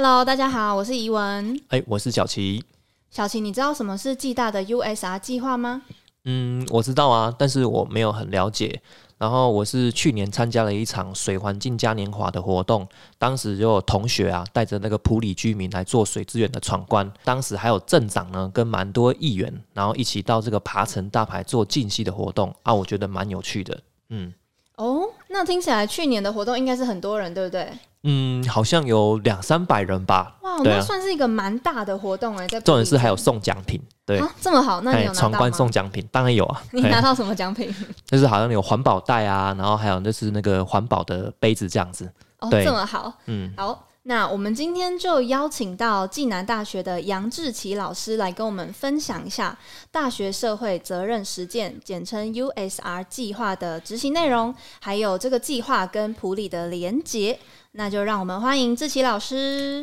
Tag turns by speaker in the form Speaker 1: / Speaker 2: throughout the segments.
Speaker 1: Hello， 大家好，我是怡文。
Speaker 2: 我是小琪。
Speaker 1: 小琪，你知道什么是暨大的 USR 计划吗？
Speaker 2: 我知道啊，但是我没有很了解。然后我是去年参加了一场水环境嘉年华的活动，当时就有同学啊带着那个埔里居民来做水资源的闯关，当时还有镇长呢跟蛮多议员，然后一起到这个爬城大排做竞戏的活动啊，我觉得蛮有趣的。
Speaker 1: 那听起来去年的活动应该是很多人，对不对？
Speaker 2: 好像有200-300人吧。
Speaker 1: 哇，那算是一个蛮大的活动在
Speaker 2: 重点是还有送奖品，对
Speaker 1: 啊，这么好，那你有拿到吗？
Speaker 2: 闯关送奖品，当然有啊。
Speaker 1: 你拿到什么奖品？
Speaker 2: 就是好像有环保袋啊，然后还有就是那个环保的杯子这样子。
Speaker 1: 对，这么好。好，那我们今天就邀请到暨南大学的杨志奇老师来跟我们分享一下大学社会责任实践，简称 USR 计划的执行内容，还有这个计划跟埔里的连结。那就让我们欢迎志奇老师。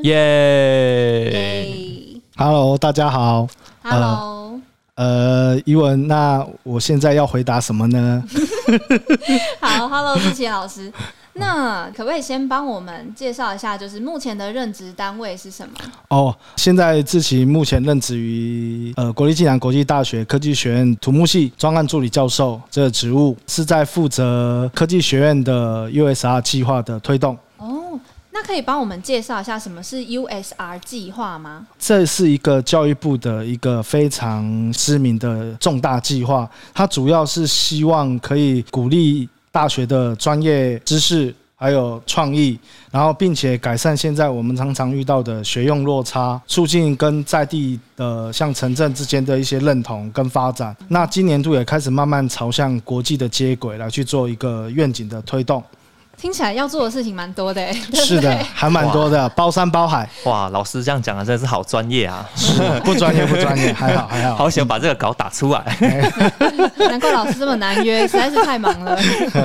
Speaker 2: 耶
Speaker 3: ！Hello， 大家好。
Speaker 1: Hello。
Speaker 3: 怡文，那我现在要回答什么呢？
Speaker 1: 好 ，Hello， 志奇老师。那可不可以先帮我们介绍一下，就是目前的任职单位是什么？
Speaker 3: 现在志奇目前任职于国立暨南国际大学科技学院土木系专案助理教授这个职务，是在负责科技学院的 USR 计划的推动。
Speaker 1: 那可以帮我们介绍一下什么是 USR 计划吗？
Speaker 3: 这是一个教育部的一个非常知名的重大计划，它主要是希望可以鼓励大学的专业知识还有创意，然后并且改善现在我们常常遇到的学用落差，促进跟在地的像城镇之间的一些认同跟发展。那今年度也开始慢慢朝向国际的接轨来去做一个愿景的推动。
Speaker 1: 听起来要做的事情蛮多的，
Speaker 3: 是的，还蛮多的，包山包海。
Speaker 2: 哇，老师这样讲的真的是好专业啊！
Speaker 3: 不专业，还好。
Speaker 2: 好想把这个稿打出来。
Speaker 1: 难怪老师这么难约，实在是太忙了。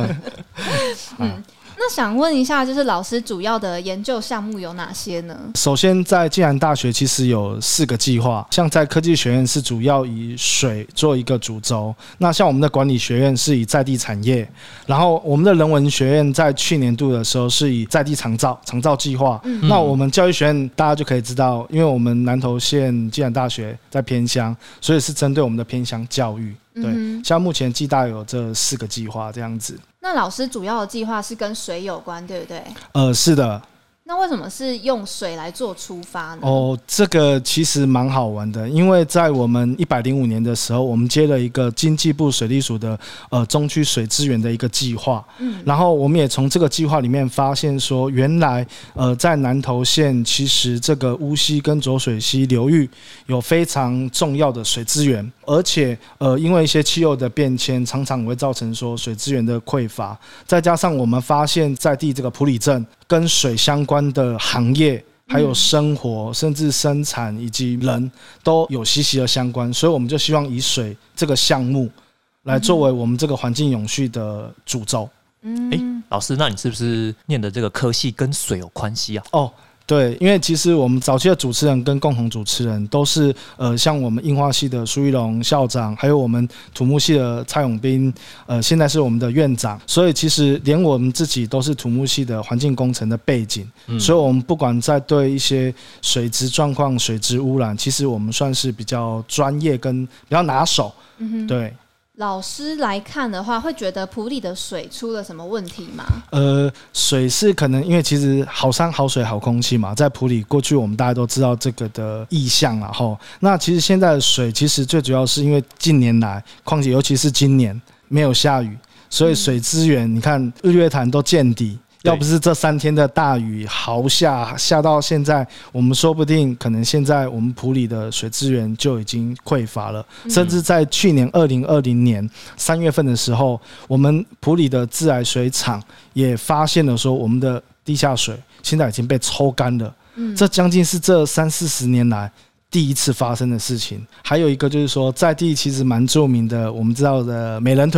Speaker 1: 那想问一下，就是老师主要的研究项目有哪些呢？
Speaker 3: 首先，在暨南大学其实有4个计划，像在科技学院是主要以水做一个主轴，那像我们的管理学院是以在地产业，然后我们的人文学院在去年度的时候是以在地长照计划。那我们教育学院大家就可以知道，因为我们南投县暨南大学在偏乡，所以是针对我们的偏乡教育。对，像目前暨大有这4个计划这样子。
Speaker 1: 那老师主要的计划是跟水有关，对不对？
Speaker 3: 是的。
Speaker 1: 那为什么是用水来做出发呢？
Speaker 3: 这个其实蛮好玩的，因为在我们105年的时候，我们接了一个经济部水利署的中区水资源的一个计划，然后我们也从这个计划里面发现说，原来在南投县其实这个乌溪跟浊水溪流域有非常重要的水资源，而且因为一些气候的变迁，常常会造成说水资源的匮乏，再加上我们发现在地这个埔里镇跟水相关的行业还有生活甚至生产以及人都有息息的相关，所以我们就希望以水这个项目来作为我们这个环境永续的主轴。
Speaker 2: 老师，那你是不是念的这个科系跟水有关系啊？
Speaker 3: 对，因为其实我们早期的主持人跟共同主持人都是像我们应化系的苏一龙校长，还有我们土木系的蔡永斌，现在是我们的院长，所以其实连我们自己都是土木系的环境工程的背景，所以我们不管在对一些水质状况、水质污染，其实我们算是比较专业跟比较拿手。对。
Speaker 1: 老师来看的话，会觉得埔里的水出了什么问题吗？
Speaker 3: 水是可能因为其实好山好水好空气嘛，在埔里过去我们大家都知道这个的意象啦齁。那其实现在的水其实最主要是因为近年来况且尤其是今年没有下雨，所以水资源你看日月潭都见底。要不是这3天的大雨豪下到现在，我们说不定可能现在我们埔里的水资源就已经匮乏了，甚至在去年2020年3月份的时候，我们埔里的自来水厂也发现了说，我们的地下水现在已经被抽干了，这将近是这30-40年来第一次发生的事情。还有一个就是说，在地其实蛮著名的，我们知道的美人腿。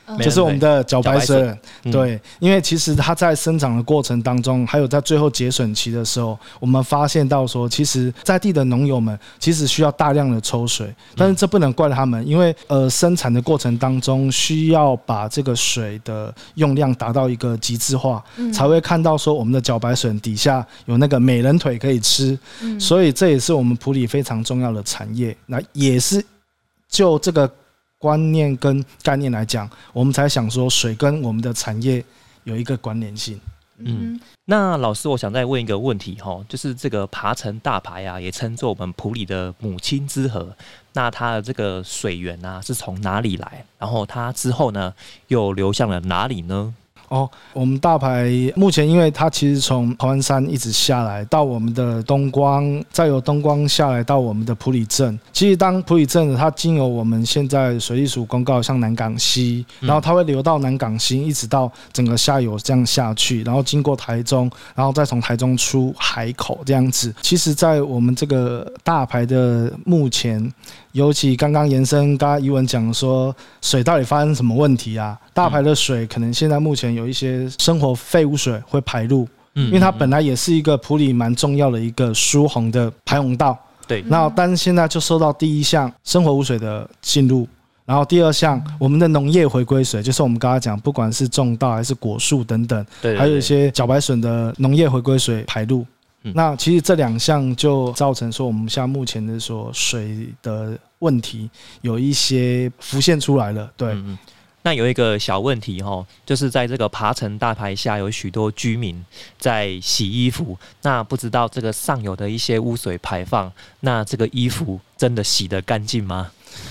Speaker 3: 就是我们的茭白笋。对，因为其实它在生长的过程当中，还有在最后结笋期的时候，我们发现到说，其实在地的农友们其实需要大量的抽水，但是这不能怪他们，因为生产的过程当中需要把这个水的用量达到一个极致化，才会看到说我们的茭白笋底下有那个美人腿可以吃，所以这也是我们埔里非常重要的产业。那也是就这个观念跟概念来讲，我们才想说水跟我们的产业有一个关联性。
Speaker 2: 那老师，我想再问一个问题哈，就是这个爬城大排啊，也称作我们埔里的母亲之河。那它的这个水源啊，是从哪里来？然后它之后呢，又流向了哪里呢？
Speaker 3: 我们大排目前，因为它其实从台湾山一直下来到我们的东光，再由东光下来到我们的埔里镇。其实当埔里镇它经由我们现在水利署公告像南港溪，然后它会流到南港溪，一直到整个下游这样下去，然后经过台中，然后再从台中出海口这样子。其实，在我们这个大排的目前，尤其刚刚延伸，刚刚怡文讲说水到底发生什么问题啊？大排的水可能现在目前有一些生活废污水会排入，因为它本来也是一个埔里蛮重要的一个疏洪的排洪道。
Speaker 2: 对，
Speaker 3: 那但是现在就受到第一项生活污水的进入，然后第二项我们的农业回归水，就是我们刚刚讲，不管是种稻还是果树等等，还有一些茭白笋的农业回归水排入。那其实这两项就造成说我们现在目前的说水的问题有一些浮现出来了。对，
Speaker 2: 那有一个小问题哈，就是在这个爬城大排下有许多居民在洗衣服，那不知道这个上游的一些污水排放，那这个衣服真的洗得干净吗？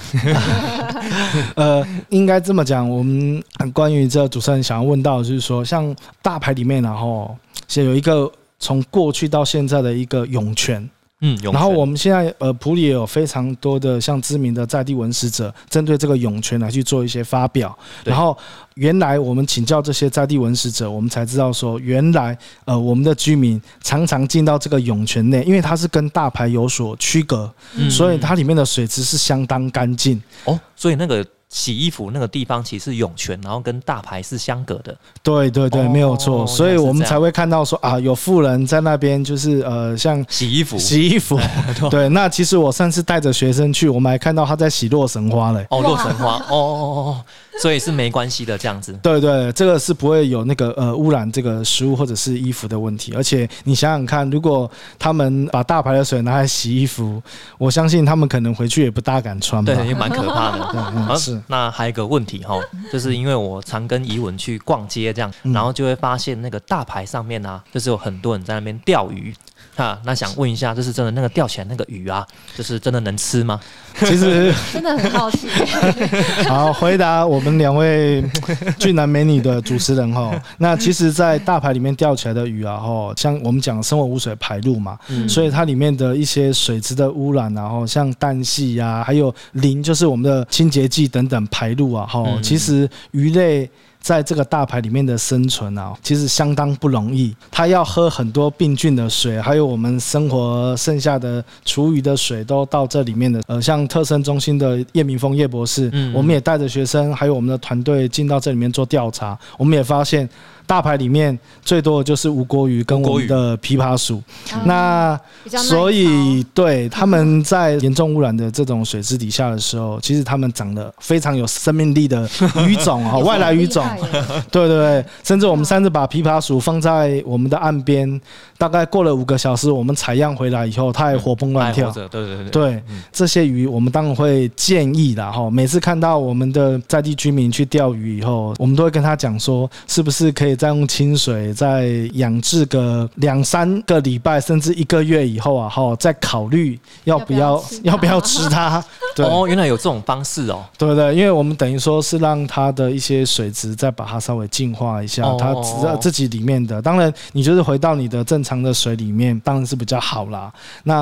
Speaker 3: 应该这么讲，我们关于这主持人想要问到的就是说，像大排里面然后有一个从过去到现在的一个涌泉。然后我们现在埔里也有非常多的像知名的在地文史者，针对这个涌泉来去做一些发表。然后原来我们请教这些在地文史者，我们才知道说，原来我们的居民常常进到这个涌泉内，因为它是跟大排有所区隔，所以它里面的水质是相当干净。
Speaker 2: 所以那个洗衣服那个地方其实是涌泉，然后跟大排是相隔的。
Speaker 3: 对对对，没有错。所以我们才会看到说啊，有妇人在那边就是像
Speaker 2: 洗衣服。
Speaker 3: 对，那其实我上次带着学生去，我们还看到他在洗洛神花嘞。
Speaker 2: 洛神花，所以是没关系的这样子。
Speaker 3: 对对，这个是不会有那个污染这个食物或者是衣服的问题。而且你想想看，如果他们把大排的水拿来洗衣服，我相信他们可能回去也不大敢穿吧。
Speaker 2: 对，也蛮可怕的。
Speaker 3: 是。
Speaker 2: 那还有一个问题哈，就是因为我常跟怡文去逛街这样，然后就会发现那个大排上面啊，就是有很多人在那边钓鱼。那想问一下，就是真的那个钓起来那个鱼啊，就是真的能吃吗？
Speaker 3: 其实
Speaker 1: 真的很好奇。
Speaker 3: 好，回答我们两位俊男美女的主持人哈。那其实，在大排里面钓起来的鱼啊，像我们讲生活污水排入嘛，所以它里面的一些水质的污染啊，像氮气啊，还有磷，就是我们的清洁剂等等排入啊，其实鱼类在这个大排里面的生存啊，其实相当不容易。它要喝很多病菌的水，还有我们生活剩下的厨余的水都到这里面的。像特生中心的叶明峰叶博士，我们也带着学生还有我们的团队进到这里面做调查，我们也发现大排里面最多的就是无锅鱼跟我们的琵琶鼠。那所以对他们在严重污染的这种水质底下的时候，其实他们长得非常有生命力的鱼种外来鱼种。对对对，甚至我们上次把琵琶鼠放在我们的岸边，大概过了5个小时，我们采样回来以后，它还活蹦乱跳。对，这些鱼我们当然会建议啦，每次看到我们的在地居民去钓鱼以后，我们都会跟他讲说，是不是可以再用清水再养殖个2-3个礼拜，甚至1个月以后啊，再考虑要不要吃它。对，
Speaker 2: 原来有这种方式哦。
Speaker 3: 对对，因为我们等于说是让它的一些水质再把它稍微净化一下，它自己里面的。当然，你就是回到你的正常的水里面，当然是比较好啦。那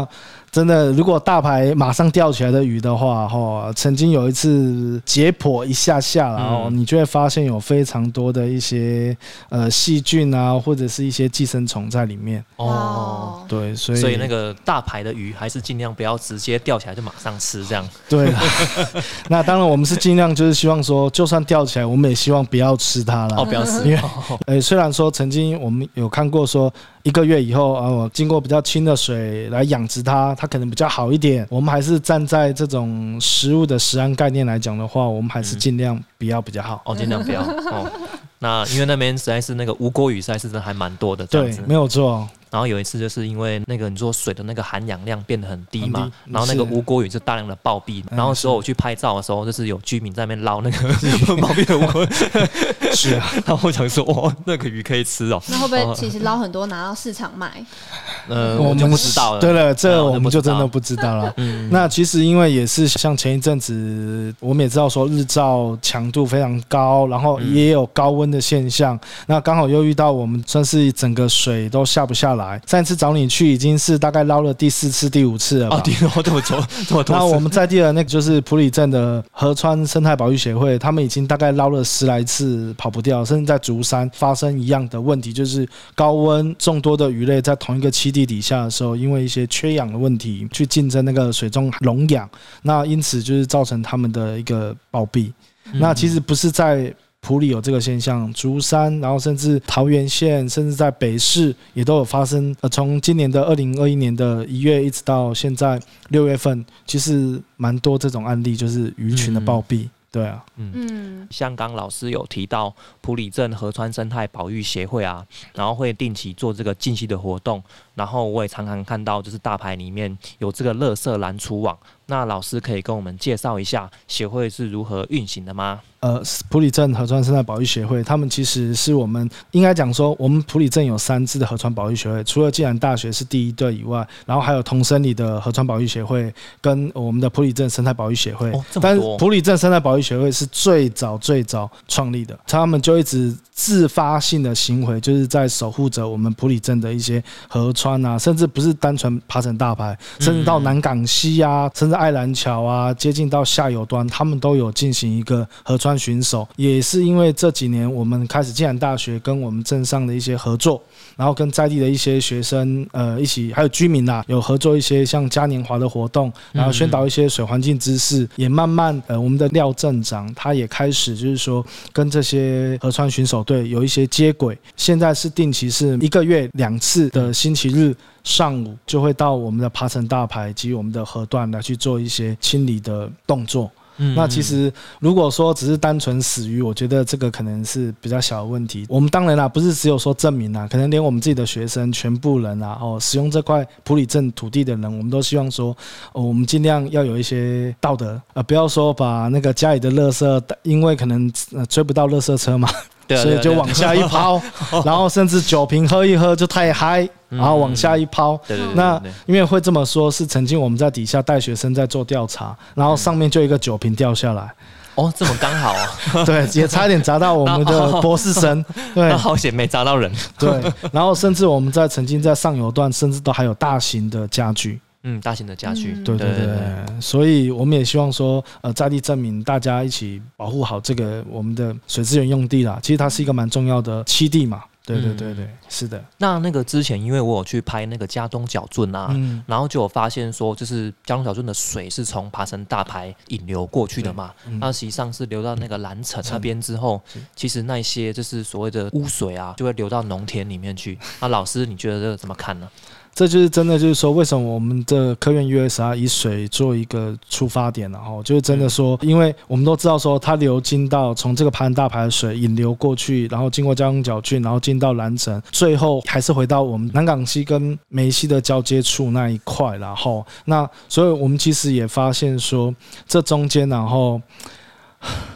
Speaker 3: 真的，如果大排马上钓起来的鱼的话，曾经有一次解剖一下下，然后你就会发现有非常多的一些细菌啊，或者是一些寄生虫在里面。
Speaker 2: 哦，
Speaker 3: 对，所以
Speaker 2: 那个大排的鱼还是尽量不要直接钓起来就马上吃，这样。
Speaker 3: 对啦，那当然我们是尽量就是希望说，就算钓起来，我们也希望不要吃它啦。
Speaker 2: 不要吃。
Speaker 3: 因为虽然说曾经我们有看过说1个月以后经过比较清的水来养殖它可能比较好一点。我们还是站在这种食物的食安概念来讲的话，我们还是尽量不要比较好。
Speaker 2: 尽量不要。那因为那边实在是那个无锅鱼实在是真的还蛮多的，这样子。
Speaker 3: 对，没有错。
Speaker 2: 然后有一次就是因为那个你说水的那个含氧量变得很低嘛，然后那个无锅鱼就大量的暴毙。然后之后我去拍照的时候，就是有居民在那边捞那个暴毙的无锅鱼。
Speaker 3: 是啊，
Speaker 2: 然后我想说，那个鱼可以吃哦。
Speaker 1: 那会不会其实捞很多拿到市场卖？
Speaker 2: 我就不知道了。
Speaker 3: 对了，这我们就真的不知道了。那其实因为也是像前一阵子，我们也知道说日照强度非常高，然后也有高温的现象。那刚好又遇到我们算是整个水都下不下来。上一次找你去已经是大概捞了第4次、第5次了吧？
Speaker 2: 这么多。
Speaker 3: 那我们在地的那个就是埔里镇的河川生态保育协会，他们已经大概捞了10来次跑不掉，甚至在竹山发生一样的问题，就是高温众多的鱼类在同一个栖地底下的时候，因为一些缺氧的问题去竞争那个水中溶氧，那因此就是造成他们的一个暴毙。那其实不是在埔里有这个现象，竹山，然后甚至桃园县，甚至在北市也都有发生。从今年的2021年的1月一直到现在6月份，其实蛮多这种案例，就是鱼群的暴毙。对啊，
Speaker 2: 像刚老师有提到埔里镇河川生态保育协会啊，然后会定期做这个净溪的活动，然后我也常常看到就是大排里面有这个垃圾拦除网，那老师可以跟我们介绍一下协会是如何运行的吗？
Speaker 3: 埔里镇河川生态保育协会，他们其实是我们应该讲说，我们埔里镇有3支的河川保育协会，除了暨南大学是第一队以外，然后还有同生里的河川保育协会跟我们的埔里镇生态保育协会。但是埔里镇生态保育协会是最早创立的，他们就一直自发性的行为，就是在守护着我们埔里镇的一些河川啊，甚至不是单纯爬成大排，甚至到南港溪啊，甚至爱兰桥啊，接近到下游端，他们都有进行一个河川巡守。也是因为这几年我们开始暨南大学跟我们镇上的一些合作，然后跟在地的一些学生一起，还有居民有合作一些像嘉年华的活动，然后宣导一些水环境知识，也慢慢我们的廖镇长他也开始就是说跟这些河川巡守队有一些接轨，现在是定期是1个月2次的星期日上午就会到我们的爬成大排及我们的河段来去做一些清理的动作。那其实如果说只是单纯死鱼，我觉得这个可能是比较小的问题。我们当然啦，不是只有说证明啦，可能连我们自己的学生全部人使用这块埔里镇土地的人，我们都希望说我们尽量要有一些道德不要说把那个家里的垃圾，因为可能追不到垃圾车嘛，所以就往下一抛，然后甚至酒瓶喝一喝就太嗨，然后往下一抛。那因为会这么说，是曾经我们在底下带学生在做调查，然后上面就一个酒瓶掉下来。
Speaker 2: 这么刚好啊！
Speaker 3: 对，也差点砸到我们的博士生。对，
Speaker 2: 那好险没砸到人。
Speaker 3: 对，然后甚至我们曾经在上游段，甚至都还有大型的家具。
Speaker 2: 大型的家具。
Speaker 3: 对，所以我们也希望说，在地证明大家一起保护好这个我们的水资源用地啦。其实它是一个蛮重要的栖地嘛。对，是的。
Speaker 2: 那个之前，因为我有去拍那个嘉东角圳啊，然后就有发现说，就是嘉东角圳的水是从爬成大排引流过去的嘛，那实际上是流到那个蓝城那边之后，其实那些就是所谓的污水啊，就会流到农田里面去。那老师，你觉得这个怎么看呢？
Speaker 3: 这就是真的，就是说，为什么我们的科院 USR 以水做一个出发点，然后就是真的说，因为我们都知道说，它流经到从这个爬成大排的水引流过去，然后经过嘉东角圳，然后进到蓝城，最后还是回到我们南港溪跟梅溪的交接处那一块，然后所以我们其实也发现说，这中间然后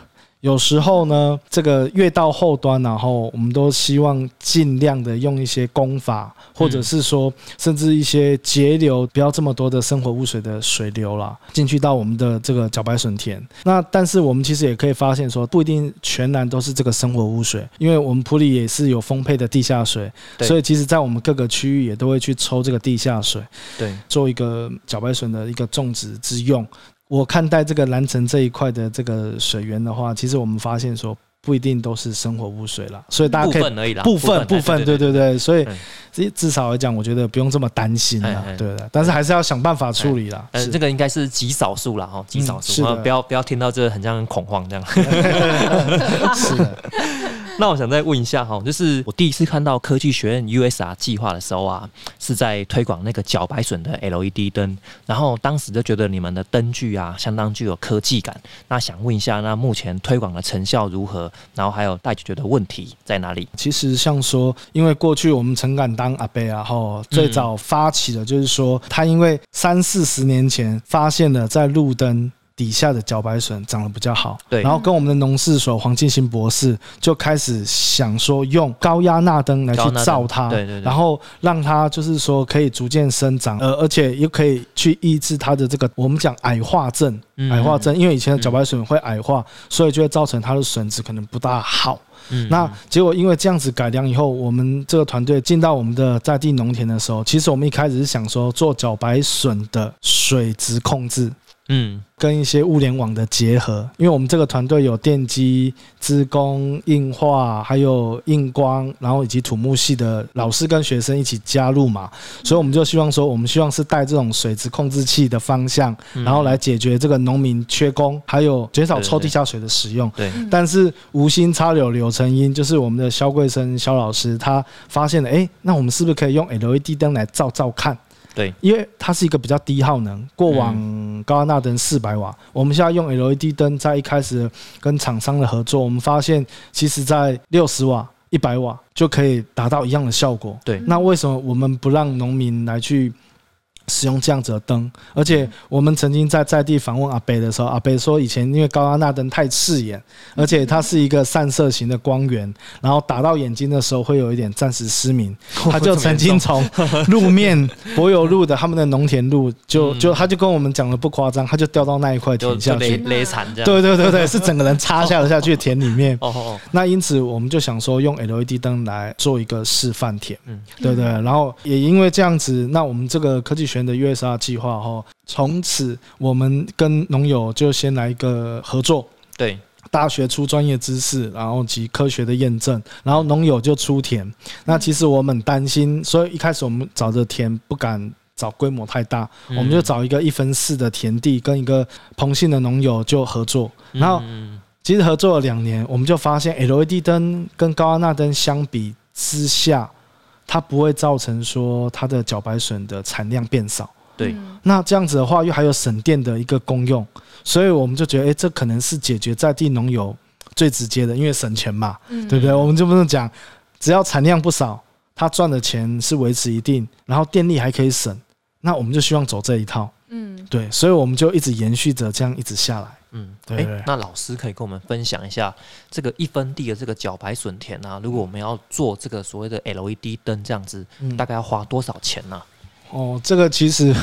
Speaker 3: 有时候呢，这个越到后端，然后我们都希望尽量的用一些工法，或者是说甚至一些节流，不要这么多的生活污水的水流啦进去到我们的这个茭白笋田。那但是我们其实也可以发现说，不一定全然都是这个生活污水，因为我们埔里也是有丰沛的地下水，所以其实在我们各个区域也都会去抽这个地下水，对，做一个茭白笋的一个种植之用。我看待这个蓝城这一块的这个水源的话，其实我们发现说不一定都是生活污水啦，所以大家可以
Speaker 2: 部分而已啦，
Speaker 3: 部分，对，所以至少来讲，我觉得不用这么担心啦，对的，但是还是要想办法处理啦。
Speaker 2: 这个应该是极少数啦，极少数，不要听到这很像恐慌这样。
Speaker 3: 是的。
Speaker 2: 那我想再问一下哈，就是我第一次看到科技学院 USR 计划的时候啊，是在推广那个茭白笋的 LED 灯，然后当时就觉得你们的灯具啊相当具有科技感。那想问一下，那目前推广的成效如何？然后还有待解决的问题在哪里？
Speaker 3: 其实像说，因为过去我们陈敢当阿伯啊，最早发起的就是说，他因为30-40年前发现了在路灯底下的茭白笋长得比较好，对，然后跟我们的农事所黄进兴博士就开始想说用高压钠灯来去照它，对，然后让它就是说可以逐渐生长，而且又可以去抑制它的这个我们讲矮化症，因为以前的茭白笋会矮化，所以就会造成它的笋质可能不大好。那结果因为这样子改良以后，我们这个团队进到我们的在地农田的时候，其实我们一开始是想说做茭白笋的水质控制，跟一些物联网的结合，因为我们这个团队有电机、资工、印化，还有印光，然后以及土木系的老师跟学生一起加入嘛，所以我们就希望说，我们希望是带这种水质控制器的方向，然后来解决这个农民缺工，还有减少抽地下水的使用。对，但是无心插柳柳成荫，就是我们的萧贵生萧老师，他发现了，那我们是不是可以用 LED 灯来照看？对，因为它是一个比较低耗能，过往高压钠灯400瓦，我们现在用 LED 灯，在一开始跟厂商的合作，我们发现其实在60瓦、100瓦就可以达到一样的效果。对，那为什么我们不让农民来去使用这样子的灯？而且我们曾经在地访问阿伯的时候，阿伯说以前因为高压钠灯太刺眼，而且它是一个散射型的光源，然后打到眼睛的时候会有一点暂时失明。他就曾经从路面柏油路的他们的农田路，他就跟我们讲的不夸张，他就掉到那一块田下去，
Speaker 2: 勒残这样。
Speaker 3: 对，是整个人插下去田里面。那因此我们就想说用 LED 灯来做一个示范田，对，然后也因为这样子，那我们这个科技学院的 USR 计划从此我们跟农友就先来一个合作，对，大学出专业知识，然后及科学的验证，然后农友就出田。那其实我们很担心，所以一开始我们找的田不敢找规模太大，我们就找一个1/4的田地，跟一个彭姓的农友就合作。然后其实合作了2年，我们就发现 LED 灯跟高压钠灯相比之下，它不会造成说它的茭白笋的产量变少。对，那这样子的话又还有省电的一个功用，所以我们就觉得这可能是解决在地农友最直接的，因为省钱嘛，对不对？我们就不能讲只要产量不少，他赚的钱是维持一定，然后电力还可以省，那我们就希望走这一套。对，所以我们就一直延续着这样一直下来。对。
Speaker 2: 那老师可以跟我们分享一下这个1分地的这个茭白笋田啊，如果我们要做这个所谓的 LED 灯这样子，大概要花多少钱呢？
Speaker 3: 这个其实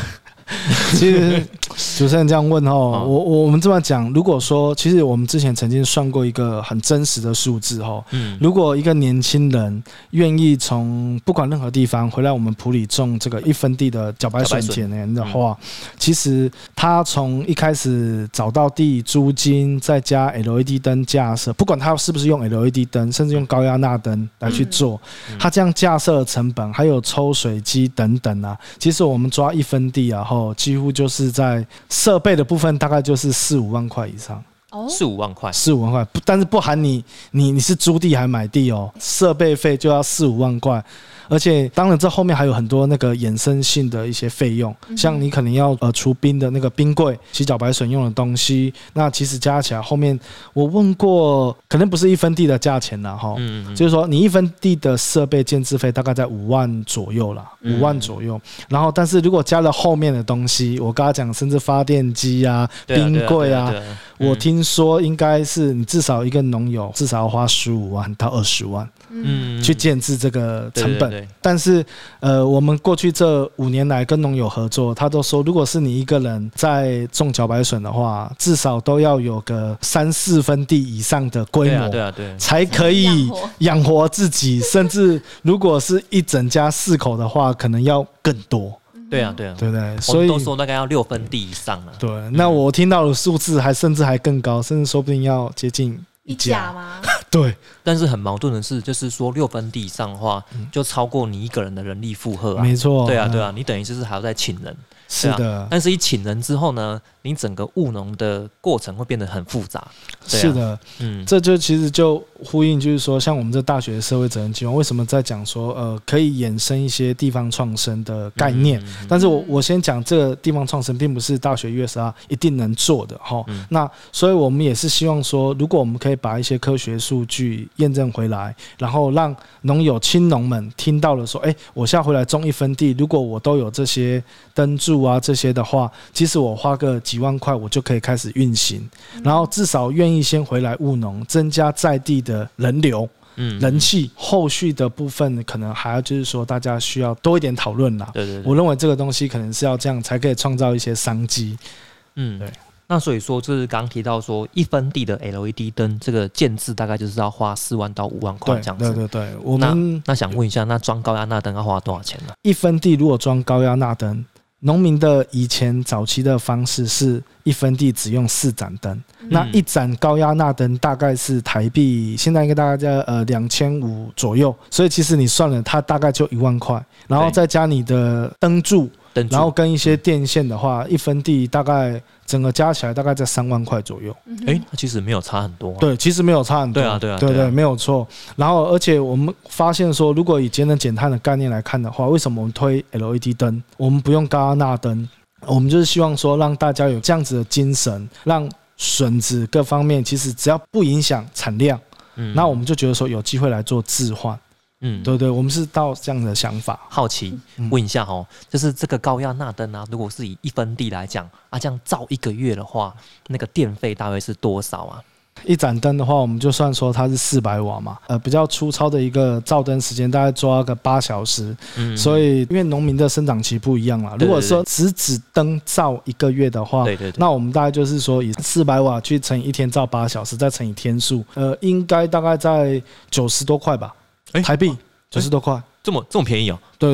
Speaker 3: 主持人这样问我们这么讲，如果说其实我们之前曾经算过一个很真实的数字如果一个年轻人愿意从不管任何地方回来我们埔里种这个1分地的茭白笋田的话，其实他从一开始找到地、租金，再加 LED 灯架设，不管他是不是用 LED 灯，甚至用高压钠灯来去做，他这样架设的成本还有抽水机等等啊，其实我们抓1分地几乎就是在设备的部分大概就是4-5万块以上。
Speaker 2: 4-5万块
Speaker 3: ，4-5万块，但是不含你是租地还买地设备费就要4-5万块。而且当然这后面还有很多那个衍生性的一些费用，像你可能要除冰的那个冰柜，洗茭白笋用的东西，那其实加起来后面我问过，可能不是1分地的价钱啦就是说你1分地的设备建置费大概在5万左右啦，5万左右。然后但是如果加了后面的东西，我刚刚讲甚至发电机啊、冰柜啊，我听听说应该是你至少一个农友至少要花15万到20万。去建制这个成本，
Speaker 2: 对，
Speaker 3: 但是我们过去这5年来跟农友合作，他都说，如果是你一个人在种茭白笋的话，至少都要有个3-4分地以上的规模，
Speaker 2: 对，
Speaker 3: 才可以养活自己，甚至如果是一整家4口的话，可能要更多。
Speaker 2: 对啊，
Speaker 3: 对不对？所以
Speaker 2: 我们都说大概要6分地以上了。
Speaker 3: 对，那我听到的数字甚至还更高，甚至说不定要接近
Speaker 1: 1甲吗？
Speaker 3: 对，
Speaker 2: 但是很矛盾的是，就是说6分地以上的话，就超过你一个人的人力负荷啊。
Speaker 3: 没错，
Speaker 2: 对啊，你等于就是还要再请人。
Speaker 3: 是的，
Speaker 2: 但是一请人之后呢，你整个务农的过程会变得很复杂。
Speaker 3: 是的，这就其实就呼应，就是说，像我们这大学的社会责任计划，为什么在讲说，可以衍生一些地方创生的概念？但是我先讲这个地方创生，并不是大学 USR 一定能做的哈。那所以我们也是希望说，如果我们可以把一些科学数据验证回来，然后让农友青农们听到了说，我下回来种1分地，如果我都有这些灯柱啊这些的话，其实我花个几万块，我就可以开始运行，然后至少愿意先回来务农，增加在地的人流。人气后续的部分可能还要就是说大家需要多一点讨论啦。对，我认为这个东西可能是要这样才可以创造一些商机。对。
Speaker 2: 那所以说，就是刚刚提到说1分地的 LED 灯，这个建制大概就是要花4万到5万块这样子。
Speaker 3: 对，我们
Speaker 2: 那想问一下，那装高压钠灯要花多少钱呢
Speaker 3: ？1分地如果装高压钠灯，农民的以前早期的方式是1分地只用4盏灯，那1盏高压钠灯大概是台币，现在应该大概在2500左右，所以其实你算了，它大概就1万块，然后再加你的灯柱，然后跟一些电线的话，1分地大概整个加起来大概在3万块左右。
Speaker 2: 那其实没有差很多。
Speaker 3: 对，其实没有差很多。对，没有错。然后而且我们发现说，如果以节能减碳的概念来看的话，为什么我们推 LED 灯，我们不用高压钠灯？我们就是希望说让大家有这样子的精神，让笋子各方面其实只要不影响产量，那我们就觉得说有机会来做置换。对，我们是到这样的想法。
Speaker 2: 好奇问一下就是这个高压钠灯啊，如果是以1分地来讲啊，这样照1个月的话，那个电费大概是多少啊
Speaker 3: ？1盏灯的话，我们就算说它是400瓦嘛，比较粗糙的一个照灯时间大概抓个8小时。所以因为农民的生长期不一样啦，如果说只灯照1个月的话，那我们大概就是说以400瓦去乘以1天照8小时，再乘以天数，应该大概在90多块吧。台币90多块，
Speaker 2: 这么便宜哦？
Speaker 3: 对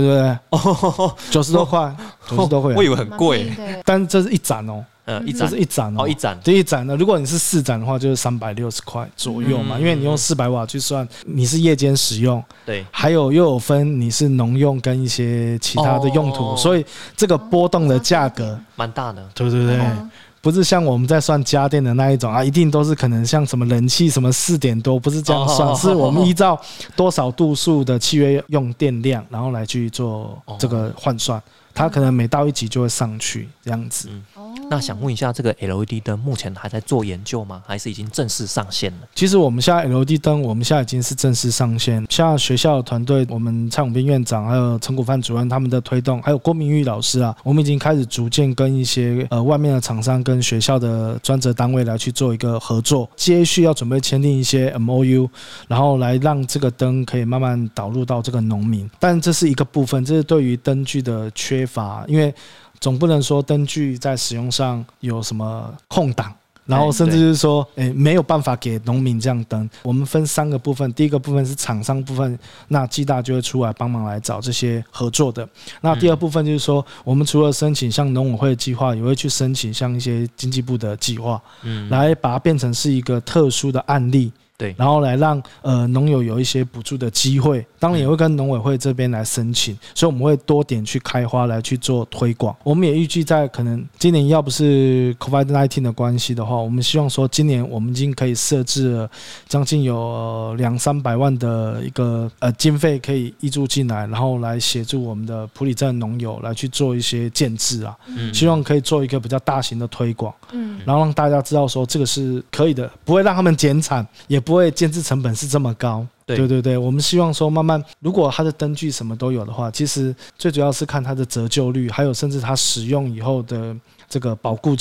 Speaker 3: ，90多块，90多块，
Speaker 2: 我以为很贵，
Speaker 3: 但这是1盏哦。这是1盏哦，
Speaker 2: 一盏。
Speaker 3: 第1盏呢，如果你是4盏的话，就是360块左右嘛，因为你用400瓦去算，你是夜间使用，
Speaker 2: 对，
Speaker 3: 还又有分你是农用跟一些其他的用途，所以这个波动的价格
Speaker 2: 蛮大的。
Speaker 3: 对。不是像我们在算家电的那一种啊，一定都是可能像什么冷气什么4点多，不是这样算，是我们依照多少度数的契约用电量，然后来去做这个换算，它可能每到1级就会上去这样子。
Speaker 2: 那想问一下，这个 LED 灯目前还在做研究吗？还是已经正式上线了？
Speaker 3: 其实我们现在 LED 灯，我们现在已经是正式上线。像学校的团队，我们蔡永斌院长还有陈谷范主任他们的推动，还有郭明玉老师啊，我们已经开始逐渐跟一些外面的厂商跟学校的专责单位来去做一个合作，接续要准备签订一些 MOU， 然后来让这个灯可以慢慢导入到这个农民。但这是一个部分，这是对于灯具的缺乏，因为总不能说灯具在使用上有什么空档，然后甚至就是说，没有办法给农民这样灯。我们分3个部分，第一个部分是厂商部分，那暨大就会出来帮忙来找这些合作的。那第二部分就是说，我们除了申请像农委会的计划，也会去申请像一些经济部的计划，来把它变成是一个特殊的案例。对，然后来让农友有一些补助的机会，当然也会跟农委会这边来申请，所以我们会多点去开花来去做推广。我们也预计在可能今年要不是 COVID-19 的关系的话，我们希望说今年我们已经可以设置了将近有200-300万的一个经费可以挹注进来，然后来协助我们的埔里镇农友来去做一些建制啊，希望可以做一个比较大型的推广，然后让大家知道说这个是可以的，不会让他们减产，也不会建制成本是这么高。对，我们希望说慢慢，如果它的灯具什么都有的话，其实最主要是看它的折旧率，还有甚至它使用以后的这个保固期，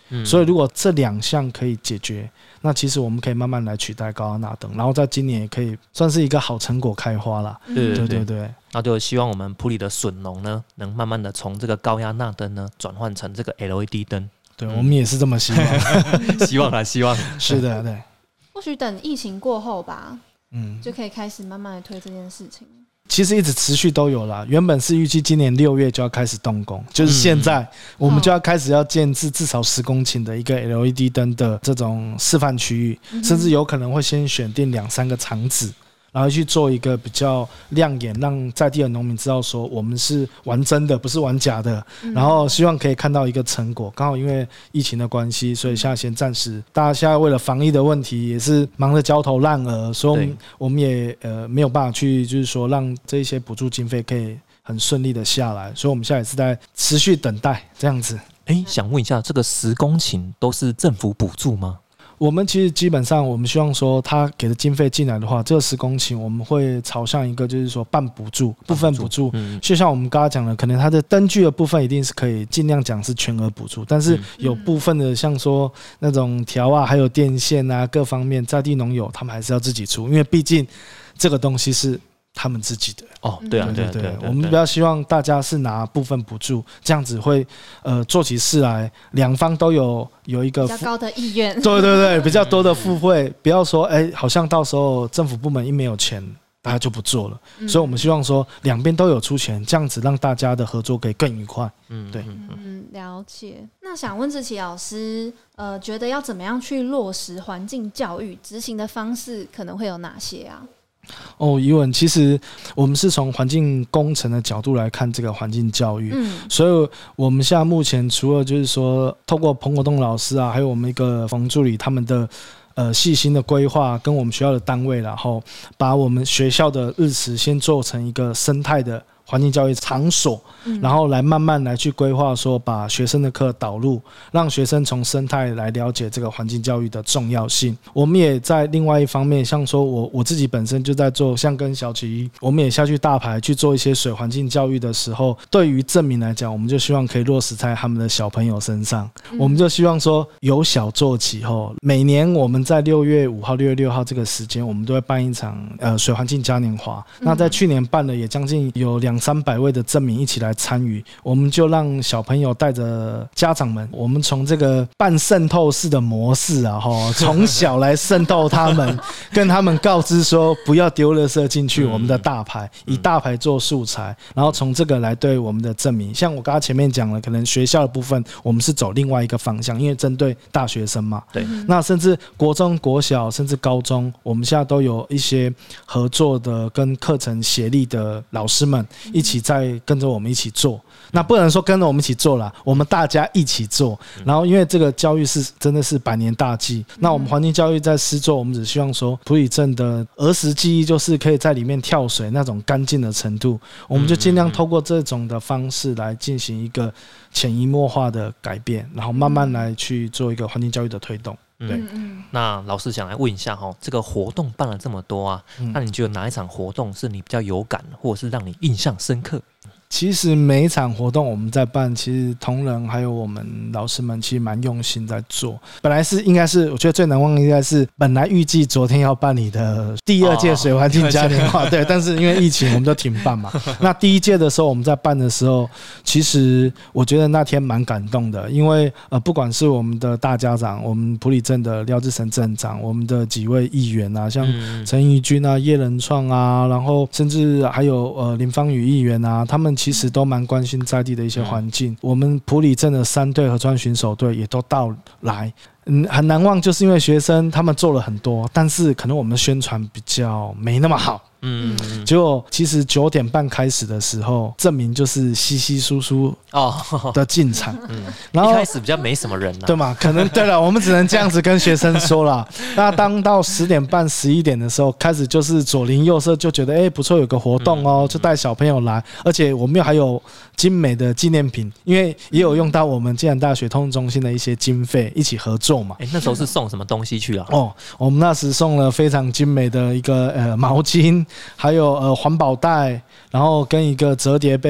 Speaker 3: 所以如果这2项可以解决，那其实我们可以慢慢来取代高压钠灯，然后在今年也可以算是一个好成果开花啦。对，
Speaker 2: 那就希望我们埔里的笋农呢，能慢慢的从这个高压钠灯呢转换成这个 LED 灯。
Speaker 3: 对，我们也是这么希望。
Speaker 2: 希望
Speaker 3: 是的，对。
Speaker 1: 或许等疫情过后吧，就可以开始慢慢的推这件事情。
Speaker 3: 其实一直持续都有啦，原本是预计今年6月就要开始动工，就是现在我们就要开始要建置至少10公顷的一个 LED 灯的这种示范区域，甚至有可能会先选定2-3个场址，然后去做一个比较亮眼，让在地的农民知道说我们是玩真的，不是玩假的，然后希望可以看到一个成果。刚好因为疫情的关系，所以现在先暂时，大家现在为了防疫的问题也是忙得焦头烂额，所以我们也没有办法去就是说让这些补助经费可以很顺利的下来，所以我们现在也是在持续等待这样子。
Speaker 2: 想问一下，这个10公顷都是政府补助吗？
Speaker 3: 我们其实基本上，我们希望说，他给的经费进来的话，这10公顷我们会朝向一个就是说半补助、部分补助。就像我们刚刚讲的，可能它的灯具的部分一定是可以尽量讲是全额补助，但是有部分的像说那种条啊，还有电线啊各方面，在地农友他们还是要自己出，因为毕竟这个东西是他们自己的。
Speaker 2: 对，
Speaker 3: 我们比较希望大家是拿部分补助，这样子会做起事来，两方都有一个
Speaker 1: 比较高的意愿。
Speaker 3: 对，比较多的付费，不要说好像到时候政府部门一没有钱，大家就不做了。所以我们希望说两边都有出钱，这样子让大家的合作可以更愉快。对，
Speaker 1: 了解。那想问志祺老师，觉得要怎么样去落实环境教育，执行的方式可能会有哪些啊？
Speaker 3: 怡文，其实我们是从环境工程的角度来看这个环境教育，所以我们现在目前除了就是说透过彭国栋老师啊，还有我们一个冯助理他们的细心的规划，跟我们学校的单位，然后把我们学校的日池先做成一个生态的环境教育场所，然后来慢慢来去规划说把学生的课导入，让学生从生态来了解这个环境教育的重要性。我们也在另外一方面，像说我自己本身就在做，像跟小齐我们也下去大排去做一些水环境教育的时候，对于镇民来讲，我们就希望可以落实在他们的小朋友身上。我们就希望说由小做起后，每年我们在6月5号、6月6号这个时间，我们都会办一场水环境嘉年华。那在去年办了也将近有200-300位的镇民一起来参与，我们就让小朋友带着家长们，我们从这个半渗透式的模式啊，从小来渗透他们，跟他们告知说不要丢垃圾进去我们的大排，以大排做素材，然后从这个来对我们的镇民。像我刚刚前面讲了，可能学校的部分我们是走另外一个方向，因为针对大学生嘛，对，那甚至国中、国小甚至高中，我们现在都有一些合作的跟课程协力的老师们一起在跟着我们一起做。那不能说跟着我们一起做啦，我们大家一起做。然后因为这个教育是真的是100年大计，那我们环境教育在施作，我们只希望说埔里镇的儿时记忆就是可以在里面跳水那种干净的程度，我们就尽量透过这种的方式来进行一个潜移默化的改变，然后慢慢来去做一个环境教育的推动。对，
Speaker 2: 那老师想来问一下这个活动办了这么多啊，那你觉得哪一场活动是你比较有感，或者是让你印象深刻？
Speaker 3: 其实每一场活动我们在办，其实同仁还有我们老师们其实蛮用心在做。本来是应该是我觉得最难忘的应该是本来预计昨天要办理的第2届水环境嘉年华，对，但是因为疫情我们就停办嘛。那第1届的时候我们在办的时候，其实我觉得那天蛮感动的，因为不管是我们的大家长，我们埔里镇的廖志成镇长，我们的几位议员啊，像陈怡君啊、叶仁创啊，然后甚至还有林芳宇议员啊，他们其实都蛮关心在地的一些环境。我们埔里镇的3队河川巡守队也都到来。很难忘，就是因为学生他们做了很多，但是可能我们宣传比较没那么好。结果其实9点半开始的时候，镇民就是稀稀疏疏的进场，
Speaker 2: 然后一开始比较没什么人
Speaker 3: 对嘛？可能对了，我们只能这样子跟学生说啦。那当到10点半、11点的时候，开始就是左邻右舍就觉得不错，有个活动哦，就带小朋友来，而且我们还有精美的纪念品，因为也有用到我们暨南大学通讯中心的一些经费一起合作嘛。
Speaker 2: 那时候是送什么东西去啊？
Speaker 3: 我们那时送了非常精美的一个毛巾，还有环保袋，然后跟一个折叠杯。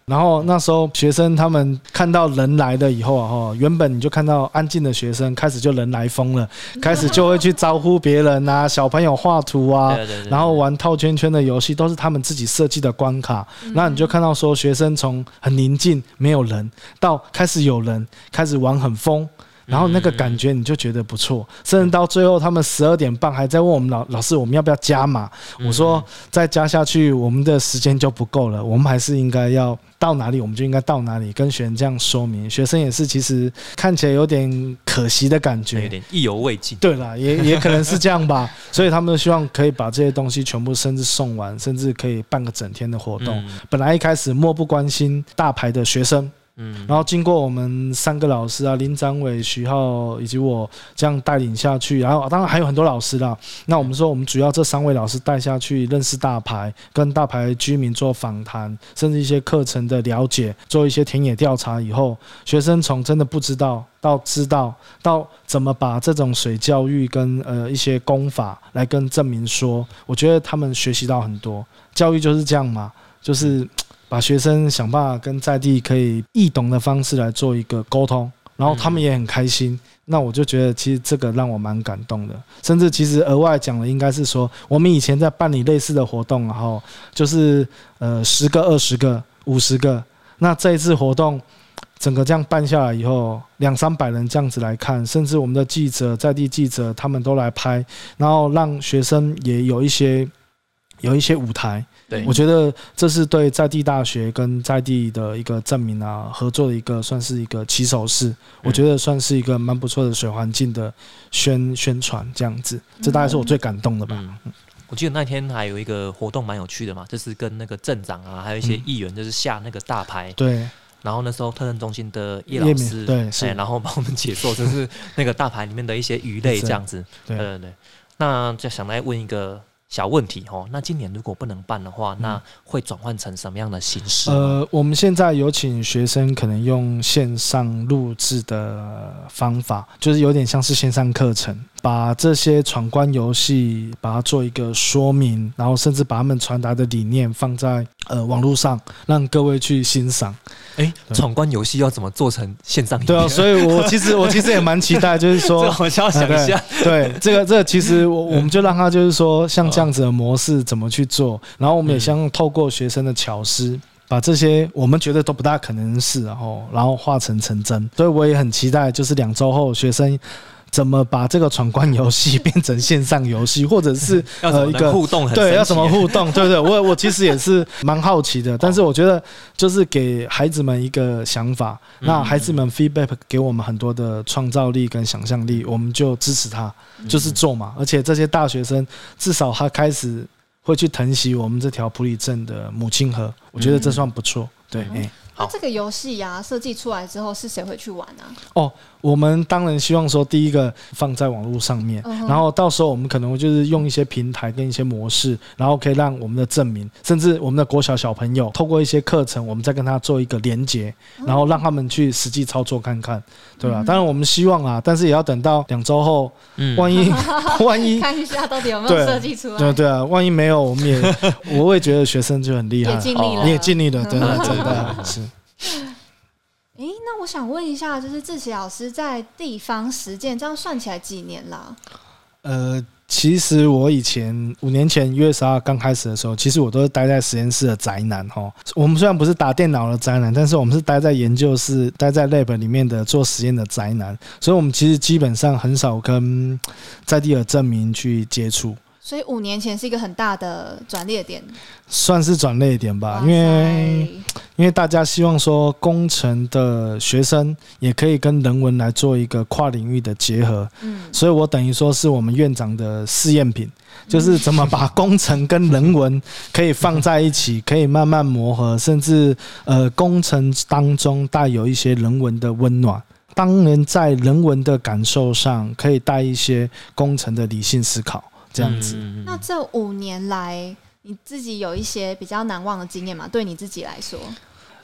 Speaker 3: 然后那时候学生他们看到人来了以后啊，原本你就看到安静的学生，开始就人来疯了，开始就会去招呼别人啊，小朋友画图啊，然后玩套圈圈的游戏，都是他们自己设计的关卡。那你就看到说，学生从很宁静没有人，到开始有人，开始玩很疯。然后那个感觉你就觉得不错，甚至到最后他们12点半还在问我们老师我们要不要加码，我说再加下去我们的时间就不够了，我们还是应该要到哪里我们就应该到哪里，跟学生这样说明，学生也是其实看起来有点可惜的感觉，
Speaker 2: 有点意犹未尽。
Speaker 3: 对啦，也可能是这样吧，所以他们希望可以把这些东西全部甚至送完，甚至可以办个整天的活动。本来一开始漠不关心大牌的学生。然后经过我们3个老师啊，林展伟、徐浩以及我这样带领下去，然后当然还有很多老师啦。那我们说，我们主要这3位老师带下去认识大牌，跟大牌居民做访谈，甚至一些课程的了解，做一些田野调查以后，学生从真的不知道到知道，到怎么把这种水教育跟一些功法来跟证明说，我觉得他们学习到很多。教育就是这样嘛，就是把学生想办法跟在地可以易懂的方式来做一个沟通，然后他们也很开心。那我就觉得其实这个让我蛮感动的，甚至其实额外讲的应该是说，我们以前在办理类似的活动，然后就是10个、20个、50个，那这一次活动整个这样办下来以后，200-300人这样子来看，甚至我们的记者、在地记者他们都来拍，然后让学生也有一些舞台。对，我觉得这是对在地大学跟在地的一个证明啊，合作的一个算是一个起手式，我觉得算是一个蛮不错的水环境的宣传这样子，这大概是我最感动的吧。
Speaker 2: 我记得那天还有一个活动蛮有趣的嘛，就是跟那个镇长啊，还有一些议员，就是下那个大牌。对。然后那时候特任中心的叶老师，对，然后帮我们解说，就是那个大牌里面的一些鱼类这样子。对。那就想来问一个小问题哦，那今年如果不能办的话，那会转换成什么样的形式？
Speaker 3: 我们现在有请学生可能用线上录制的方法，就是有点像是线上课程，把这些闯关游戏把它做一个说明，然后甚至把他们传达的理念放在网络上，让各位去欣赏。
Speaker 2: 闯关游戏要怎么做成线上？
Speaker 3: 对啊，所以我其实也蛮期待，就是说，
Speaker 2: 我想一下，
Speaker 3: 对这个其实我们就让他就是说，像这样子的模式怎么去做，然后我们也想透过学生的巧思，把这些我们觉得都不大可能的事，然后化成真。所以我也很期待，就是2周后学生怎么把这个闯关游戏变成线上游戏，或者是
Speaker 2: 一个互动，
Speaker 3: 对，要怎么互动？对，我其实也是蛮好奇的，但是我觉得就是给孩子们一个想法，那孩子们 feedback 给我们很多的创造力跟想象力，我们就支持他，就是做嘛。而且这些大学生至少他开始会去疼惜我们这条埔里镇的母亲河，我觉得这算不错。对，
Speaker 1: 那这个游戏啊，设计出来之后是谁会去玩啊？
Speaker 3: 我们当然希望说，第一个放在网络上面，然后到时候我们可能会就是用一些平台跟一些模式，然后可以让我们的证明，甚至我们的国小朋友透过一些课程，我们再跟他做一个连结，然后让他们去实际操作看看，对吧？当然我们希望啊，但是也要等到2周后，万一
Speaker 1: 看一下到底有没有设计出来。
Speaker 3: 对啊，万一没有，我也觉得学生就很厉害，
Speaker 1: 也尽力了，
Speaker 3: 你也尽力了，真的是。
Speaker 1: 那我想问一下，就是志祺老师在地方实践，这样算起来几年啦？
Speaker 3: 其实我以前5年前USR 刚开始的时候，其实我都是待在实验室的宅男齁。我们虽然不是打电脑的宅男，但是我们是待在研究室、待在 lab 里面的做实验的宅男，所以我们其实基本上很少跟在地的镇民去接触。
Speaker 1: 所以5年前是一个很大的转捩点，
Speaker 3: 算是转捩点吧，因为大家希望说工程的学生也可以跟人文来做一个跨领域的结合，所以我等于说是我们院长的试验品，就是怎么把工程跟人文可以放在一起，可以慢慢磨合，甚至工程当中带有一些人文的温暖。当然在人文的感受上可以带一些工程的理性思考这样子。
Speaker 1: 那这5年来你自己有一些比较难忘的经验吗？对你自己来说？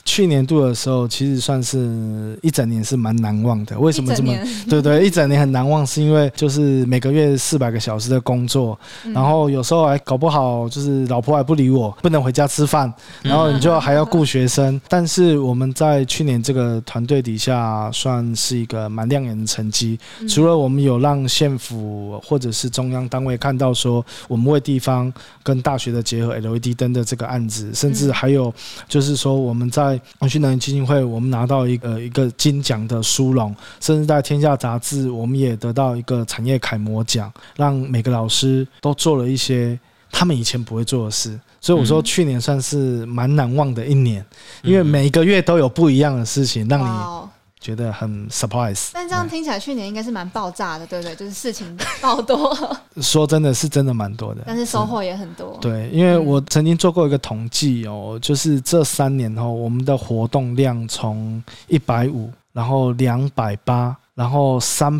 Speaker 3: 去年度的时候，其实算是一整年是蛮难忘的。为什么这么？对，一整年很难忘，是因为就是每个月400个小时的工作，然后有时候还搞不好就是老婆还不理我，不能回家吃饭，然后你就还要顾学生。但是我们在去年这个团队底下，算是一个蛮亮眼的成绩。除了我们有让县府或者是中央单位看到说，我们为地方跟大学的结合 LED 灯的这个案子，甚至还有就是说我们在永续能源基金会，我们拿到一个金奖的殊荣，甚至在天下杂志，我们也得到一个产业楷模奖，让每个老师都做了一些他们以前不会做的事。所以我说去年算是蛮难忘的一年，因为每个月都有不一样的事情，让你觉得很 surprise。
Speaker 1: 但这样听起来去年应该是蛮爆炸的，对不对？就是事情爆多
Speaker 3: 说真的是真的蛮多的，
Speaker 1: 但是收获也很多。
Speaker 3: 对，因为我曾经做过一个统计就是这3年后我们的活动量从150，然后280，然后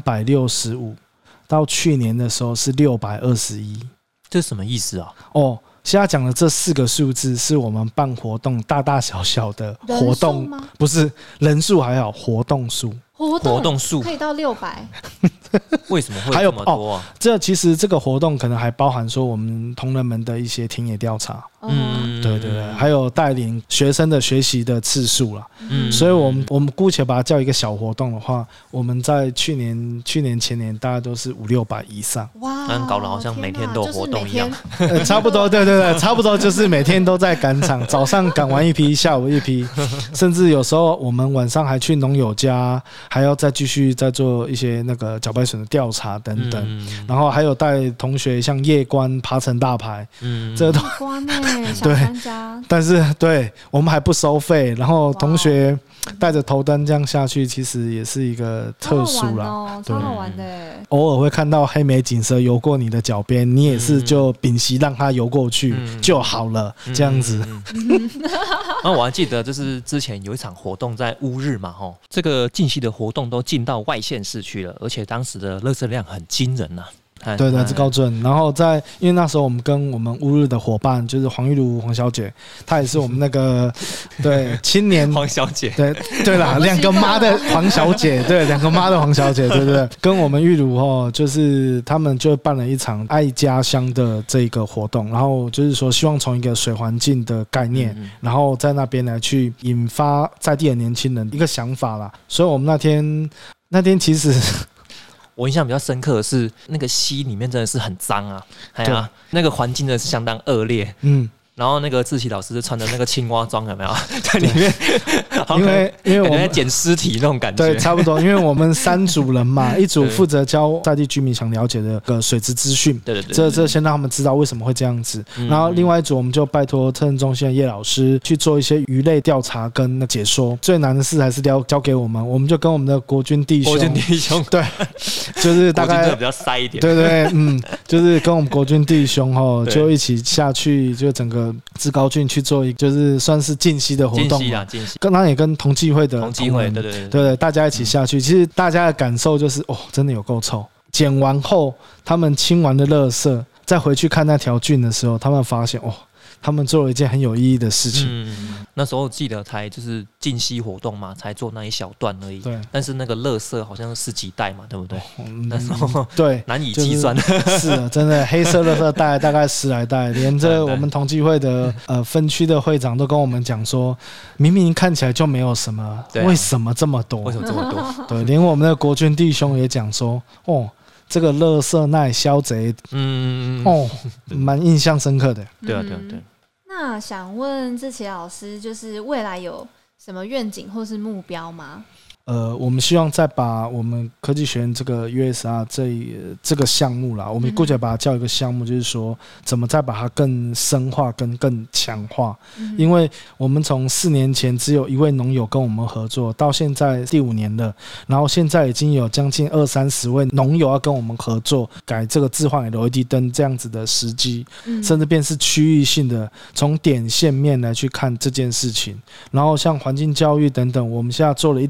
Speaker 3: 365，到去年的时候是621。
Speaker 2: 这是什么意思啊？
Speaker 3: 现在讲的这4个数字是我们办活动大大小小的活动，不是人数还好，活动数。
Speaker 2: 活动数
Speaker 1: 可以到600，
Speaker 2: 为什么会这么多啊？
Speaker 3: 这其实这个活动可能还包含说我们同仁们的一些田野调查，对，还有带领学生的学习的次数啦。所以我们姑且把它叫一个小活动的话，我们在去年前年大概都是500-600以上。
Speaker 2: 哇，搞得好像每天都有活动一样。
Speaker 3: 差不多，对，差不多就是每天都在赶场，早上赶完一批，下午一批，甚至有时候我们晚上还去农友家。还要再继续再做一些那个茭白笋的调查等等，然后还有带同学像夜观爬成大排，这都
Speaker 1: 小参加。
Speaker 3: 但是对我们还不收费，然后同学带着头灯这样下去，其实也是一个特殊啦，
Speaker 1: 超好玩的。
Speaker 3: 偶尔会看到黑眉锦蛇游过你的脚边，你也是就屏息让它游过去就好了，这样子。
Speaker 2: 那我还记得，就是之前有一场活动在乌日嘛，这个近期的活动都进到外县市去了，而且当时的垃圾量很惊人呐。
Speaker 3: 对，这高准。然后因为那时候我们跟我们乌日的伙伴就是黄玉茹黄小姐，她也是我们那个对青年
Speaker 2: 黄小姐，
Speaker 3: 对啦，2个妈的黄小姐，对，2个妈的黄小姐，对不对？跟我们玉茹就是他们就办了一场爱家乡的这个活动，然后就是说希望从一个水环境的概念，然后在那边来去引发在地的年轻人一个想法啦。所以我们那天其实。
Speaker 2: 我印象比较深刻的是，那个溪里面真的是很脏啊，那个环境真的是相当恶劣。然后那个志祺老师穿的那个青蛙装有没有在里面？因为我们在捡尸体那种感觉。
Speaker 3: 对，差不多。因为我们3组人嘛，一组负责教在地居民想了解的个水质资讯，
Speaker 2: 对，
Speaker 3: 这先让他们知道为什么会这样子。然后另外一组我们就拜托特政中心的叶老师去做一些鱼类调查跟解说。最难的事还是交给我们就跟我们的国军弟兄，对，就是大概
Speaker 2: 比较塞一点。
Speaker 3: 对，就是跟我们国军弟兄就一起下去，就整个志高郡去做一个就是算是净溪的活动，
Speaker 2: 净溪，
Speaker 3: 当然也跟同济会的对，大家一起下去。其实大家的感受就是真的有够臭。捡完后，他们清完的垃圾，再回去看那条郡的时候，他们发现他们做了一件很有意义的事情。
Speaker 2: 那时候记得才就是净溪活动嘛，才做那一小段而已。
Speaker 3: 对，
Speaker 2: 但是那个垃圾好像是10几袋嘛，对不对？那时候
Speaker 3: 对
Speaker 2: 难以计算。
Speaker 3: 是的，真的黑色垃圾袋大概10来袋，连这我们同济会的分区的会长都跟我们讲说，明明看起来就没有什么，为什么这么多？
Speaker 2: 为什么这么多？
Speaker 3: 对，连我们的国军弟兄也讲说，这个垃圾那消贼，蛮印象深刻的。
Speaker 2: 对。
Speaker 1: 那想问志祺老师，就是未来有什么愿景或是目标吗？
Speaker 3: 我们希望再把我们科技学院这个 USR 这个项目啦，我们姑且把它叫一个项目，就是说怎么再把它更深化跟更强化。因为我们从4年前只有1位农友跟我们合作，到现在第5年了，然后现在已经有将近20-30位农友要跟我们合作改这个置换 LED 灯这样子的时机，甚至变是区域性的，从点线面来去看这件事情。然后像环境教育等等，我们现在做了一点点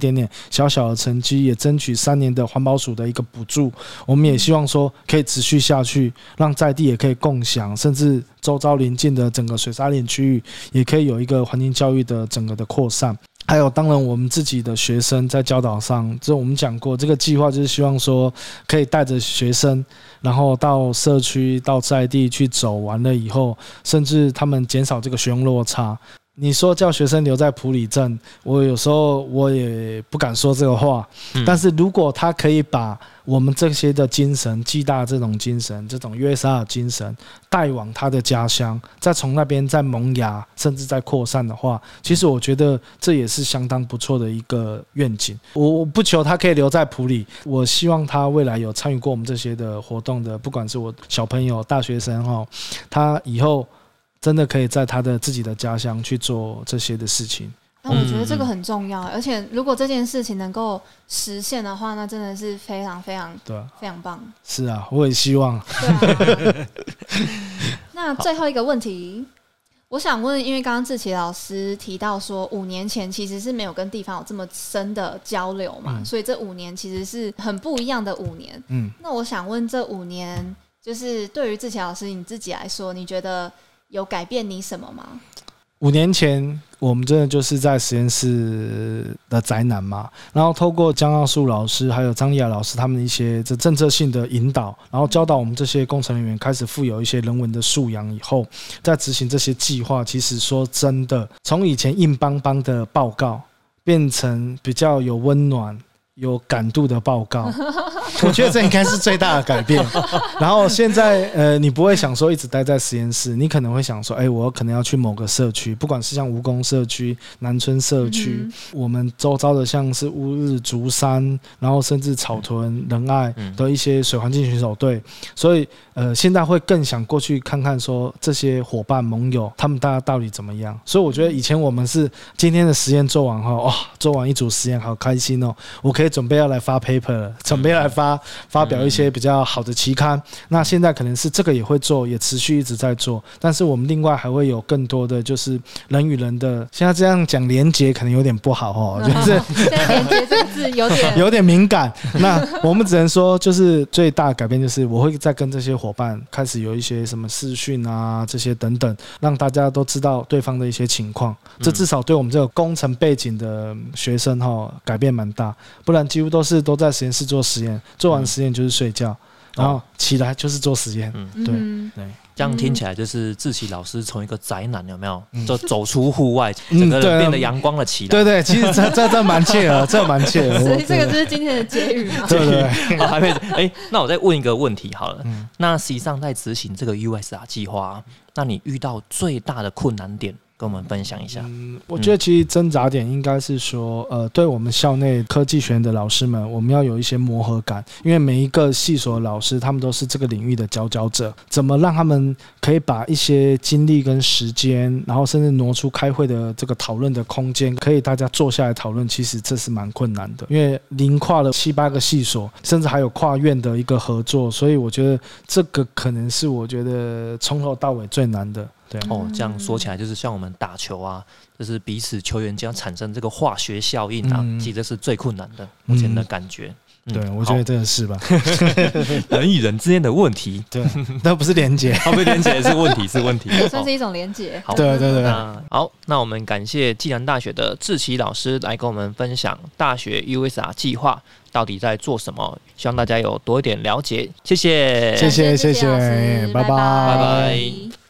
Speaker 3: 小小的成绩，也争取3年的环保署的一个补助。我们也希望说可以持续下去，让在地也可以共享，甚至周遭邻近的整个水沙林区域也可以有一个环境教育的整个的扩散。还有当然我们自己的学生在教导上，这我们讲过，这个计划就是希望说可以带着学生然后到社区到在地去走完了以后，甚至他们减少这个学用落差。你说叫学生留在埔里镇，我有时候我也不敢说这个话，但是如果他可以把我们这些的精神，暨大这种精神，这种 USR 精神带往他的家乡，再从那边再萌芽，甚至再扩散的话，其实我觉得这也是相当不错的一个愿景。我不求他可以留在埔里，我希望他未来有参与过我们这些的活动的，不管是我小朋友、大学生他以后真的可以在他的自己的家乡去做这些的事情。
Speaker 1: 那我觉得这个很重要，而且如果这件事情能够实现的话，那真的是非常非常非常棒。
Speaker 3: 是啊，我也希望。
Speaker 1: 对啊。那最后一个问题，我想问，因为刚刚志祺老师提到说5年前其实是没有跟地方有这么深的交流嘛，所以这5年其实是很不一样的5年。那我想问，这5年就是对于志祺老师你自己来说，你觉得有改变你什么吗
Speaker 3: ？5年前我们真的就是在实验室的宅男嘛，然后透过江耀树老师还有张丽雅老师他们的一些这政策性的引导，然后教导我们这些工程人员开始富有一些人文的素养以后，在执行这些计划，其实说真的，从以前硬邦邦的报告变成比较有温暖有感度的报告，我觉得这应该是最大的改变。然后现在你不会想说一直待在实验室，你可能会想说我可能要去某个社区，不管是像蜈蚣社区、南村社区，我们周遭的像是乌日、竹山，然后甚至草屯、仁爱的一些水环境巡守队，所以现在会更想过去看看说这些伙伴盟友他们大家到底怎么样。所以我觉得以前我们是今天的实验做完后，做完一组实验好开心哦，我可以准备要来发 paper 了，准备来发表一些比较好的期刊。那现在可能是这个也会做，也持续一直在做，但是我们另外还会有更多的就是人与人的，现在这样讲连结可能有点不好就是
Speaker 1: 现在连结这个字有点
Speaker 3: 敏感。那我们只能说就是最大的改变就是我会再跟这些伙伴开始有一些什么视讯啊这些等等，让大家都知道对方的一些情况，这至少对我们这个工程背景的学生改变蛮大，不然几乎都在实验室做实验，做完实验就是睡觉，然后起来就是做实验。对，
Speaker 2: 这样听起来就是志祺老师从一个宅男有没有就走出户外，整个人变得阳光了起来。
Speaker 3: 对，其实这蛮切合，这蛮切合。
Speaker 1: 所以这个就是今天的结语嘛。
Speaker 3: 对。
Speaker 2: 还没那我再问一个问题好了。那实际上在执行这个 USR 计划，那你遇到最大的困难点？跟我们分享一下。
Speaker 3: 我觉得其实挣扎点应该是说，对我们校内科技学院的老师们，我们要有一些磨合感，因为每一个系所的老师，他们都是这个领域的佼佼者，怎么让他们可以把一些精力跟时间，然后甚至挪出开会的这个讨论的空间，可以大家坐下来讨论，其实这是蛮困难的，因为临跨了7、8个系所，甚至还有跨院的一个合作，所以我觉得这个可能是我觉得从头到尾最难的。
Speaker 2: 这样说起来，就是像我们打球啊，就是彼此球员间产生这个化学效应啊，其实这是最困难的，目前的感觉。
Speaker 3: 对，我觉得真的是吧。
Speaker 2: 人与人之间的问题，
Speaker 3: 对，那不是连结，
Speaker 2: 不是连结，是问题，是问题，
Speaker 1: 算是一种连结。
Speaker 3: 对。
Speaker 2: 好，那我们感谢暨南大学的志祺老师来跟我们分享大学 USR 计划到底在做什么，希望大家有多一点了解。谢谢，
Speaker 3: 谢谢，拜拜。